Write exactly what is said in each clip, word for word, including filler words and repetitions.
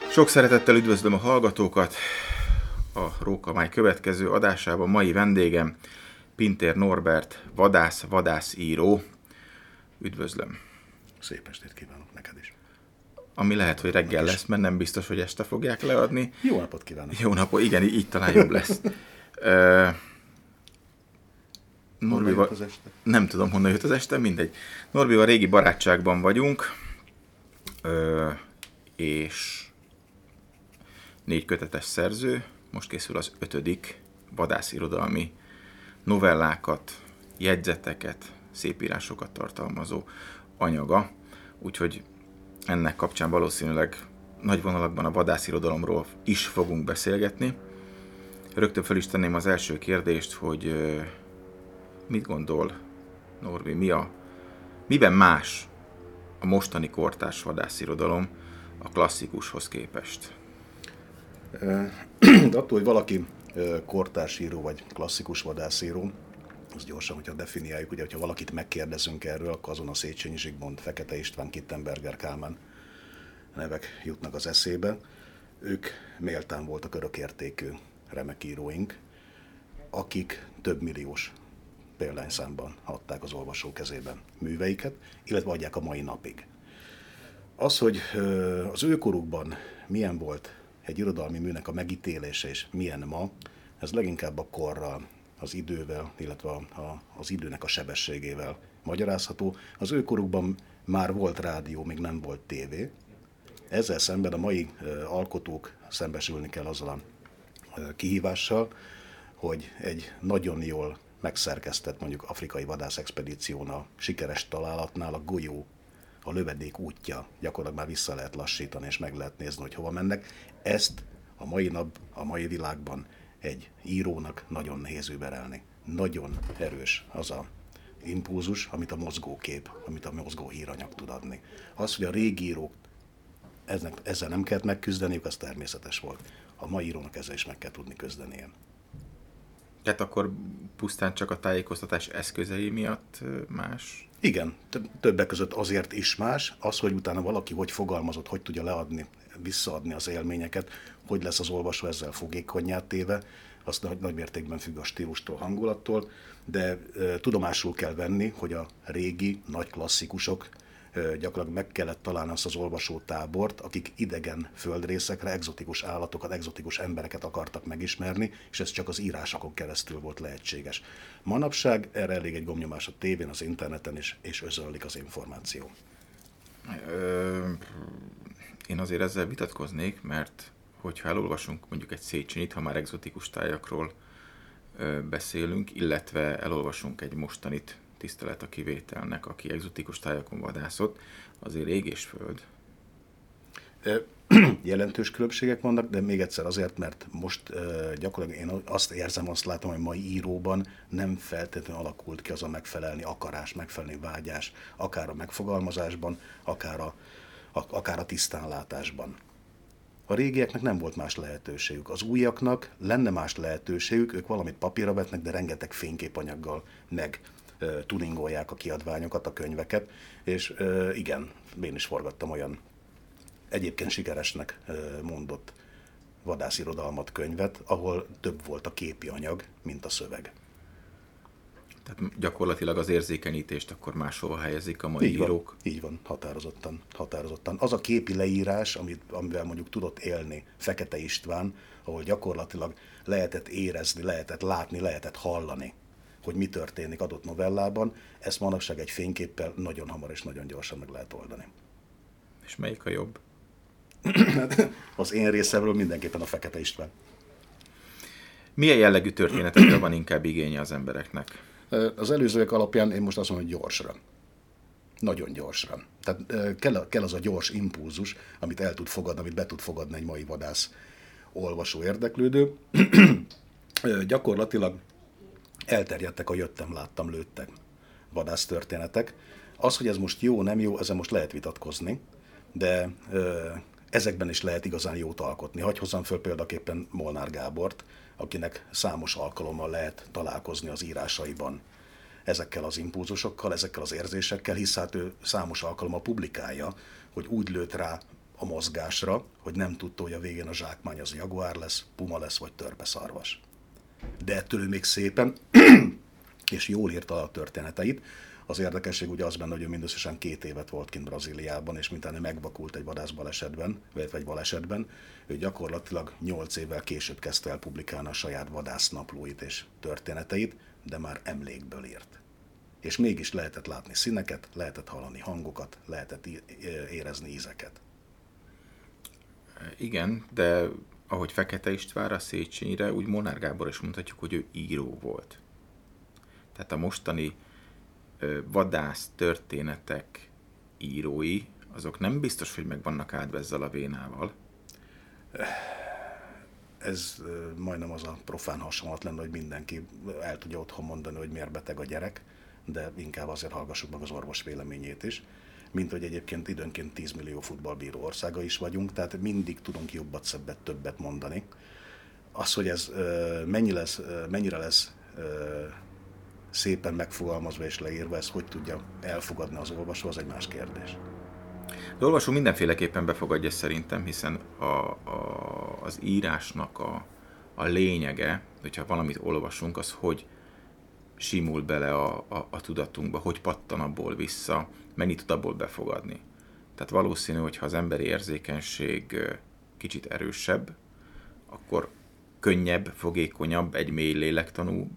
Sok szeretettel üdvözlöm a hallgatókat a Rókamály következő adásában. Mai vendégem Pintér Norbert, vadász, vadászíró. Üdvözlöm. Szép estét kívánok neked is. Ami lehet, hogy reggel lesz, mert nem biztos, hogy este fogják leadni. Jó napot kívánok. Jó napot, igen, így talán jobb lesz. uh, Norbival, az este? Nem tudom, honnan jött az este, mindegy. Norbival régi barátságban vagyunk, uh, és négy kötetes szerző, most készül az ötödik vadászirodalmi novellákat, jegyzeteket, szépírásokat tartalmazó anyaga, úgyhogy ennek kapcsán valószínűleg nagy vonalakban a vadászirodalomról is fogunk beszélgetni. Rögtön fel is tenném az első kérdést, hogy mit gondol Norbi, mi a, miben más a mostani kortárs vadászirodalom a klasszikushoz képest? De attól, hogy valaki kortársíró vagy klasszikus vadászíró, az gyorsan, hogyha definiáljuk, ugye, hogyha valakit megkérdezünk erről, akkor azon a Széchenyi Zsigmond, Fekete István, Kittenberger, Kálmán nevek jutnak az eszébe. Ők méltán voltak örökértékű remek íróink, akik több milliós példányszámban adták az olvasó kezében műveiket, illetve adják a mai napig. Az, hogy az őkorukban milyen volt egy irodalmi műnek a megítélése és milyen ma, ez leginkább a korral, az idővel, illetve a, a, az időnek a sebességével magyarázható. Az őkorukban már volt rádió, még nem volt tévé. Ezzel szemben a mai uh, alkotók szembesülni kell azzal a uh, kihívással, hogy egy nagyon jól megszerkesztett, mondjuk afrikai vadászexpedíciónál, sikeres találatnál a golyó, a lövedék útja gyakorlatilag már vissza lehet lassítani, és meg lehet nézni, hogy hova mennek. Ezt a mai nap, a mai világban egy írónak nagyon nehéz überelni. Nagyon erős az a impulzus, amit a mozgókép, amit a mozgó híranyag tud adni. Az, hogy a régi írók eznek, ezzel nem kellett megküzdeniük, az természetes volt. A mai írónak ezzel is meg kell tudni küzdenie. Tehát akkor pusztán csak a tájékoztatás eszközei miatt más? Igen, többek között azért is más. Az, hogy utána valaki hogy fogalmazott, hogy tudja leadni, visszaadni az élményeket, hogy lesz az olvasó ezzel fogékonnyá téve, az nagy, nagy mértékben függ a stílustól, hangulattól, de e, tudomásul kell venni, hogy a régi, nagy klasszikusok e, gyakorlatilag meg kellett találni azt az olvasótábort, akik idegen földrészekre, egzotikus állatokat, egzotikus embereket akartak megismerni, és ez csak az írásokon keresztül volt lehetséges. Manapság erre elég egy gombnyomás a tévén, az interneten is, és özöllik az információ. Ö, én azért ezzel vitatkoznék, mert hogyha elolvasunk mondjuk egy Széchenyit, ha már egzotikus tájakról ö, beszélünk, illetve elolvasunk egy mostanit, tisztelet a kivételnek, aki egzotikus tájakon vadászott, azért ég és föld. Jelentős különbségek vannak, de még egyszer azért, mert most uh, gyakorlatilag én azt érzem, azt látom, hogy mai íróban nem feltétlenül alakult ki az a megfelelni akarás, megfelelni vágyás, akár a megfogalmazásban, akár a, a, akár a tisztánlátásban. A régieknek nem volt más lehetőségük. Az újaknak lenne más lehetőségük, ők valamit papírra vetnek, de rengeteg fényképanyaggal meg uh, tuningolják a kiadványokat, a könyveket, és uh, igen, én is forgattam olyan egyébként sikeresnek mondott vadászirodalmat, könyvet, ahol több volt a képi anyag, mint a szöveg. Tehát gyakorlatilag az érzékenyítést akkor máshova helyezik a mai így írók. Van, így van, határozottan, határozottan. Az a képi leírás, amit, amivel mondjuk tudott élni Fekete István, ahol gyakorlatilag lehetett érezni, lehetett látni, lehetett hallani, hogy mi történik adott novellában, ezt manapság egy fényképpel nagyon hamar és nagyon gyorsan meg lehet oldani. És melyik a jobb? Az én részemről mindenképpen a Fekete István. Milyen jellegű történetekre van inkább igénye az embereknek? Az előzőek alapján én most azt mondom, hogy gyorsra. Nagyon gyorsra. Tehát kell, kell az a gyors impulzus, amit el tud fogadni, amit be tud fogadni egy mai vadász olvasó, érdeklődő. Gyakorlatilag elterjedtek a jöttem, láttam, lőttek vadász történetek. Az, hogy ez most jó, nem jó, ezen most lehet vitatkozni, de ezekben is lehet igazán jót alkotni. Hagy hozzam föl példaképpen Molnár Gábort, akinek számos alkalommal lehet találkozni az írásaiban ezekkel az impulzusokkal, ezekkel az érzésekkel, hisz hát ő számos alkalommal publikálja, hogy úgy lőtt rá a mozgásra, hogy nem tudta, hogy a végén a zsákmány az jaguár lesz, puma lesz, vagy törpeszarvas. De ettől ő még szépen, és jól írta a történeteit. Az érdekesség ugye az benne, hogy ő mindösszesen két évet volt kint Brazíliában, és mintán megvakult egy vadászbalesetben, vagy balesetben, ő gyakorlatilag nyolc évvel később kezdte el publikálni a saját vadásznaplóit és történeteit, de már emlékből írt. És mégis lehetett látni színeket, lehetett hallani hangokat, lehetett érezni ízeket. Igen, de ahogy Fekete Istvánra, Széchenyire, úgy Molnár Gábor is mondhatjuk, hogy ő író volt. Tehát a mostani ö, vadász történetek írói, azok nem biztos, hogy meg vannak áldva ezzel a vénával. Ez ö, majdnem az a profán hasonlat lenne, hogy mindenki el tudja otthon mondani, hogy miért beteg a gyerek, de inkább azért hallgassuk meg az orvos véleményét is. Mint hogy egyébként időnként tíz millió futballbíró országa is vagyunk, tehát mindig tudunk jobbat, szebbet, többet mondani. Az, hogy ez ö, mennyi lesz, ö, mennyire lesz ö, szépen megfogalmazva és leírva, ez hogy tudja elfogadni az olvasó, az egy más kérdés. Az olvasó mindenféleképpen befogadja szerintem, hiszen a, a, az írásnak a, a lényege, hogyha valamit olvasunk, az hogy simul bele a, a, a tudatunkba, hogy pattan abból vissza, mennyit tud abból befogadni. Tehát valószínű, hogy ha az emberi érzékenység kicsit erősebb, akkor könnyebb, fogékonyabb egy mély lélektanú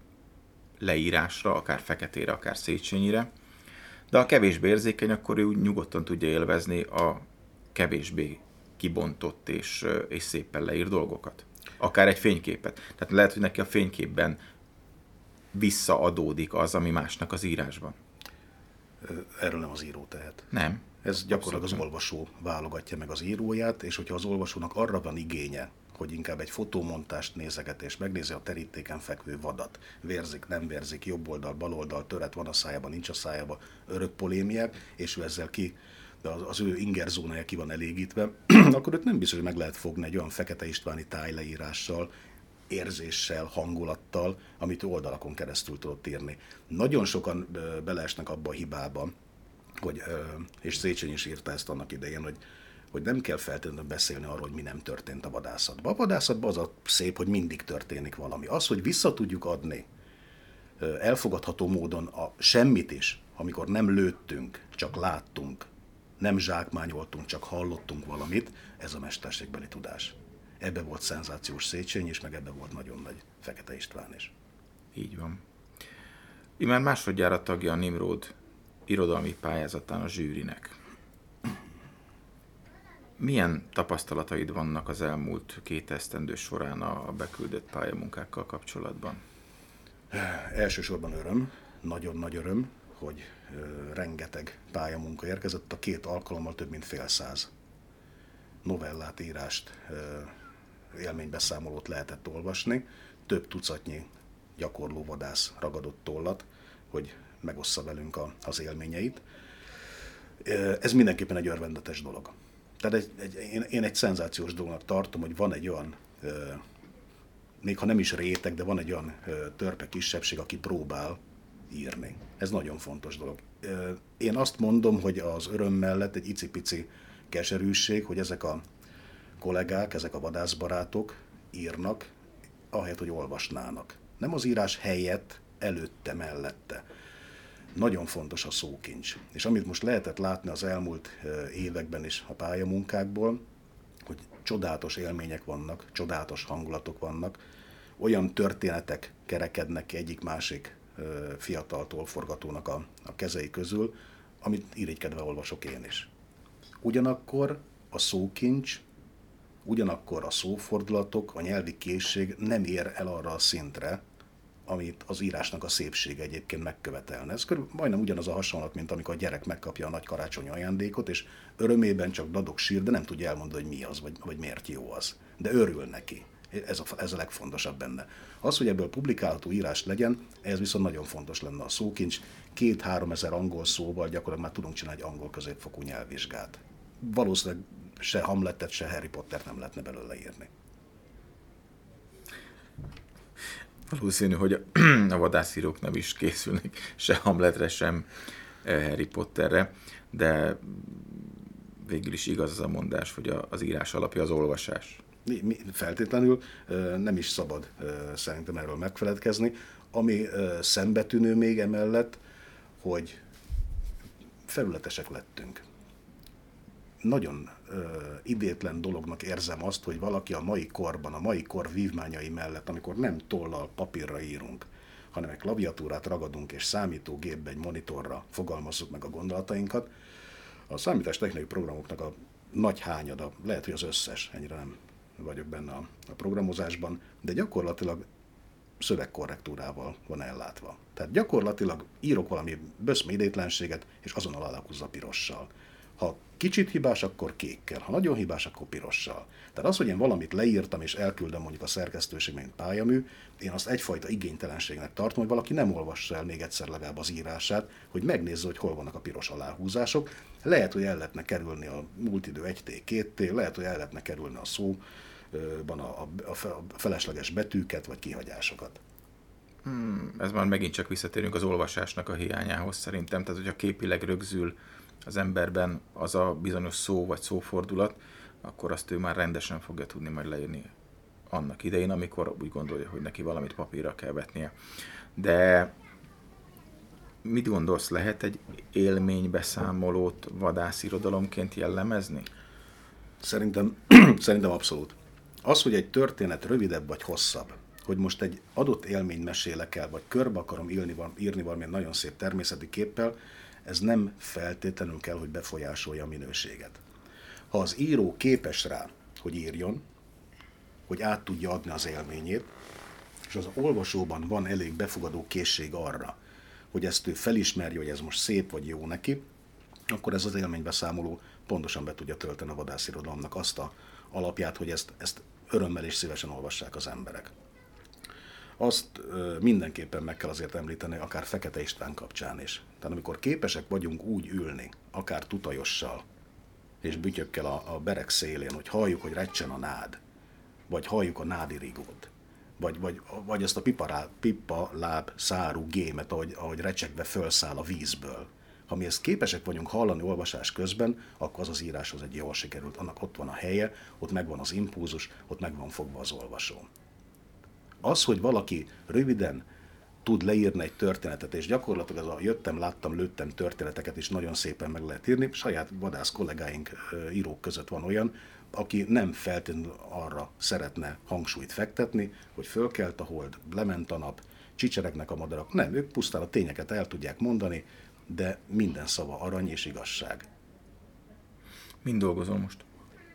leírásra, akár Feketére, akár Széchenyire, de ha kevésbé érzékeny, akkor ő úgy nyugodtan tudja élvezni a kevésbé kibontott és, és szépen leír dolgokat. Akár egy fényképet. Tehát lehet, hogy neki a fényképben visszaadódik az, ami másnak az írásban. Erről nem az író tehet. Nem. Ez gyakorlatilag az olvasó válogatja meg az íróját, és hogyha az olvasónak arra van igénye, hogy inkább egy fotómontást nézeget, és megnézi a terítéken fekvő vadat, vérzik, nem vérzik, jobb oldal, bal oldal, töret van a szájában, nincs a szájában, örök polémiák, és ő ezzel ki, de az, az ő ingerzónája ki van elégítve, akkor őt nem biztos, hogy meg lehet fogni egy olyan Fekete Istváni tájleírással, érzéssel, hangulattal, amit oldalakon keresztül tudott írni. Nagyon sokan beleesnek abba a hibába, hogy, és Széchenyi is írta ezt annak idején, hogy, hogy nem kell feltétlenül beszélni arról, hogy mi nem történt a vadászatban. A vadászatban az a szép, hogy mindig történik valami. Az, hogy vissza tudjuk adni elfogadható módon a semmit is, amikor nem lőttünk, csak láttunk, nem zsákmányoltunk, csak hallottunk valamit, ez a mesterségbeli tudás. Ebbe volt szenzációs Széchenyi, és meg ebbe volt nagyon nagy Fekete István is. Így van. Immár másodjára tagja a Nimród irodalmi pályázatán a zsűrinek. Milyen tapasztalataid vannak az elmúlt két esztendő során a beküldött pályamunkákkal kapcsolatban? Elsősorban öröm, nagyon nagy öröm, hogy rengeteg pályamunka érkezett. A két alkalommal több mint fél száz novellát, írást, élménybeszámolót lehetett olvasni. Több tucatnyi gyakorló vadász ragadott tollat, hogy megossza velünk a, az élményeit. Ez mindenképpen egy örvendetes dolog. Tehát egy, egy, én, én egy szenzációs dolognak tartom, hogy van egy olyan, még ha nem is réteg, de van egy olyan törpe kisebbség, aki próbál írni. Ez nagyon fontos dolog. Én azt mondom, hogy az öröm mellett egy icipici keserűség, hogy ezek a kollégák, ezek a vadászbarátok írnak, ahelyett, hogy olvasnának. Nem az írás helyett, előtte, mellette. Nagyon fontos a szókincs. És amit most lehetett látni az elmúlt években is a pályamunkákból, hogy csodálatos élmények vannak, csodálatos hangulatok vannak, olyan történetek kerekednek ki egyik-másik fiatal forgatónak a, a kezei közül, amit irigykedve olvasok én is. Ugyanakkor a szókincs, ugyanakkor a szófordulatok, a nyelvi készség nem ér el arra a szintre, amit az írásnak a szépsége egyébként megkövetelne. Ez körülbelül majdnem ugyanaz a hasonlat, mint amikor a gyerek megkapja a nagy karácsonyi ajándékot, és örömében csak dadog sír, de nem tudja elmondani, hogy mi az, vagy, vagy miért jó az. De örül neki. Ez a, ez a legfontosabb benne. Az, hogy ebből publikálható írás legyen, ez viszont nagyon fontos lenne a szókincs. Két-három ezer angol szóval gyakorlatilag már tudunk csinálni egy angol középfokú nyelvvizsgát. Valószínűleg se Hamletet, se Harry Pottert nem lehetne belőle írni. Valószínű, hogy a vadászírók nem is készülnek se Hamletre, sem Harry Potterre, de végül is igaz az a mondás, hogy a, az írás alapja az olvasás. Mi, mi, feltétlenül nem is szabad szerintem erről megfeledkezni. Ami szembetűnő még emellett, hogy felületesek lettünk. Nagyon ö, idétlen dolognak érzem azt, hogy valaki a mai korban, a mai kor vívmányai mellett, amikor nem tollal, papírra írunk, hanem egy klaviatúrát ragadunk és számítógépbe, egy monitorra fogalmazzuk meg a gondolatainkat, a számítástechnikai programoknak a nagy hányada, lehet, hogy az összes, ennyire nem vagyok benne a, a programozásban, de gyakorlatilag szövegkorrektúrával van ellátva. Tehát gyakorlatilag írok valami böszmédétlenséget, és azonnal aláhúzza pirossal. Ha kicsit hibás, akkor kékkel, ha nagyon hibás, akkor pirossal. Tehát az, hogy én valamit leírtam és elküldöm mondjuk a szerkesztőség, mint pályamű, én azt egyfajta igénytelenségnek tartom, hogy valaki nem olvassa el még egyszer legalább az írását, hogy megnézze, hogy hol vannak a piros aláhúzások. Lehet, hogy el lehetne kerülni a múlt idő egy té, két té, lehet, hogy el lehetne kerülni a szóban a, a, a felesleges betűket vagy kihagyásokat. Hmm, ez már megint csak visszatérünk az olvasásnak a hiányához szerintem, tehát hogyha képileg rögzül az emberben az a bizonyos szó vagy szófordulat, akkor azt ő már rendesen fogja tudni majd leírni annak idején, amikor úgy gondolja, hogy neki valamit papírra kell vetnie. De mit gondolsz, lehet egy élménybeszámolót vadászirodalomként jellemezni? Szerintem, szerintem abszolút. Az, hogy egy történet rövidebb vagy hosszabb, hogy most egy adott élményt mesélek el, vagy körbe akarom írni, írni valamilyen nagyon szép természeti képpel, ez nem feltétlenül kell, hogy befolyásolja a minőséget. Ha az író képes rá, hogy írjon, hogy át tudja adni az élményét, és az olvasóban van elég befogadó készség arra, hogy ezt ő felismerje, hogy ez most szép vagy jó neki, akkor ez az élménybeszámoló pontosan be tudja tölteni a vadászirodalomnak azt a alapját, hogy ezt, ezt örömmel és szívesen olvassák az emberek. Azt ö, mindenképpen meg kell azért említeni, akár Fekete István kapcsán is. Tehát amikor képesek vagyunk úgy ülni, akár tutajossal és bütyökkel a, a berek szélén, hogy halljuk, hogy recsen a nád, vagy halljuk a nádi rigót, vagy, vagy, vagy azt a pipa, pipa láb szárú gémet, ahogy, ahogy recsegve fölszáll a vízből. Ha mi ezt képesek vagyunk hallani olvasás közben, akkor az az íráshoz egy jól sikerült. Annak ott van a helye, ott megvan az impulzus, ott megvan fogva az olvasó. Az, hogy valaki röviden tud leírni egy történetet, és gyakorlatilag ez a jöttem, láttam, lőttem történeteket is nagyon szépen meg lehet írni. Saját vadász kollégáink, írók között van olyan, aki nem feltétlenül arra szeretne hangsúlyt fektetni, hogy fölkelt a hold, lement a nap, csicseregnek a madarak. Nem, ők pusztán a tényeket el tudják mondani, de minden szava arany és igazság. Mind dolgozol most?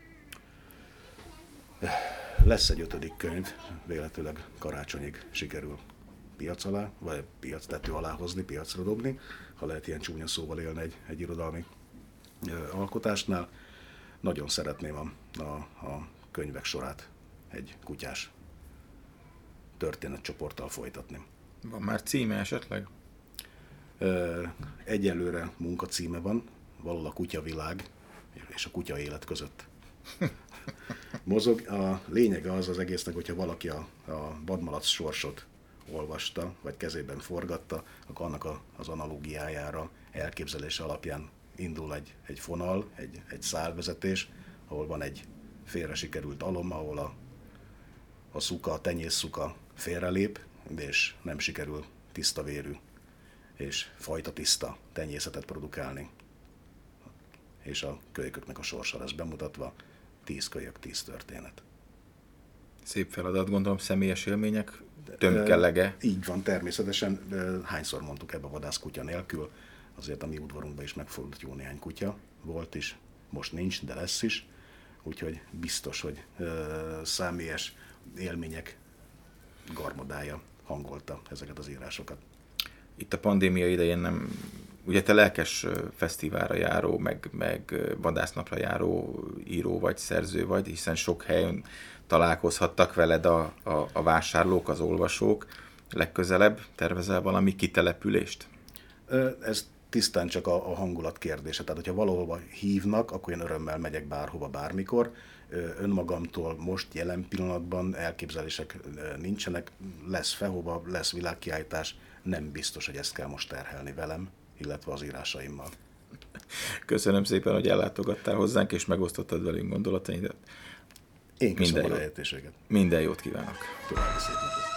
Lesz egy ötödik könyv, véletőleg karácsonyig sikerül piac alá, vagy piac tető alá hozni, piacra dobni, ha lehet ilyen csúnya szóval élni egy, egy irodalmi ö, alkotásnál. Nagyon szeretném a, a, a könyvek sorát egy kutyás történetcsoporttal folytatni. Van már címe esetleg? Ö, egyelőre munkacíme van, valahol a kutyavilág és a kutya élet között mozog. A lényege az az egésznek, hogyha valaki a, a vadmalac sorsot olvasta, vagy kezében forgatta, akkor annak a, az analógiájára, elképzelése alapján indul egy, egy fonal, egy, egy szálvezetés, ahol van egy félre sikerült alom, ahol a, a szuka, a tenyésszuka félrelép, és nem sikerül tiszta vérű és fajta tiszta tenyészetet produkálni. És a kölyköknek a sorsa lesz bemutatva, tíz kölyök, tíz történet. Szép feladat, gondolom, személyes élmények, tömkelege. Így van, természetesen. Hányszor mondtuk ebbe a vadászkutya nélkül, azért a mi udvarunkban is megfordult jó néhány kutya, volt is, most nincs, de lesz is, úgyhogy biztos, hogy személyes élmények garmadája hangolta ezeket az írásokat. Itt a pandémia idején nem, ugye te lelkes fesztiválra járó, meg, meg vadásznapra járó író vagy, szerző vagy, hiszen sok helyen találkozhattak veled a, a, a vásárlók, az olvasók. Legközelebb tervezel valami kitelepülést? Ez tisztán csak a, a hangulat kérdése. Tehát, hogyha valahova hívnak, akkor én örömmel megyek bárhova, bármikor. Önmagamtól most jelen pillanatban elképzelések nincsenek. Lesz Fehova, lesz világkiállítás. Nem biztos, hogy ezt kell most terhelni velem, illetve az írásaimmal. Köszönöm szépen, hogy ellátogattál hozzánk, és megosztottad velünk gondolataidat. Én köszönöm Minden a jót. lehetőséget. Minden jót kívánok. További szép napot.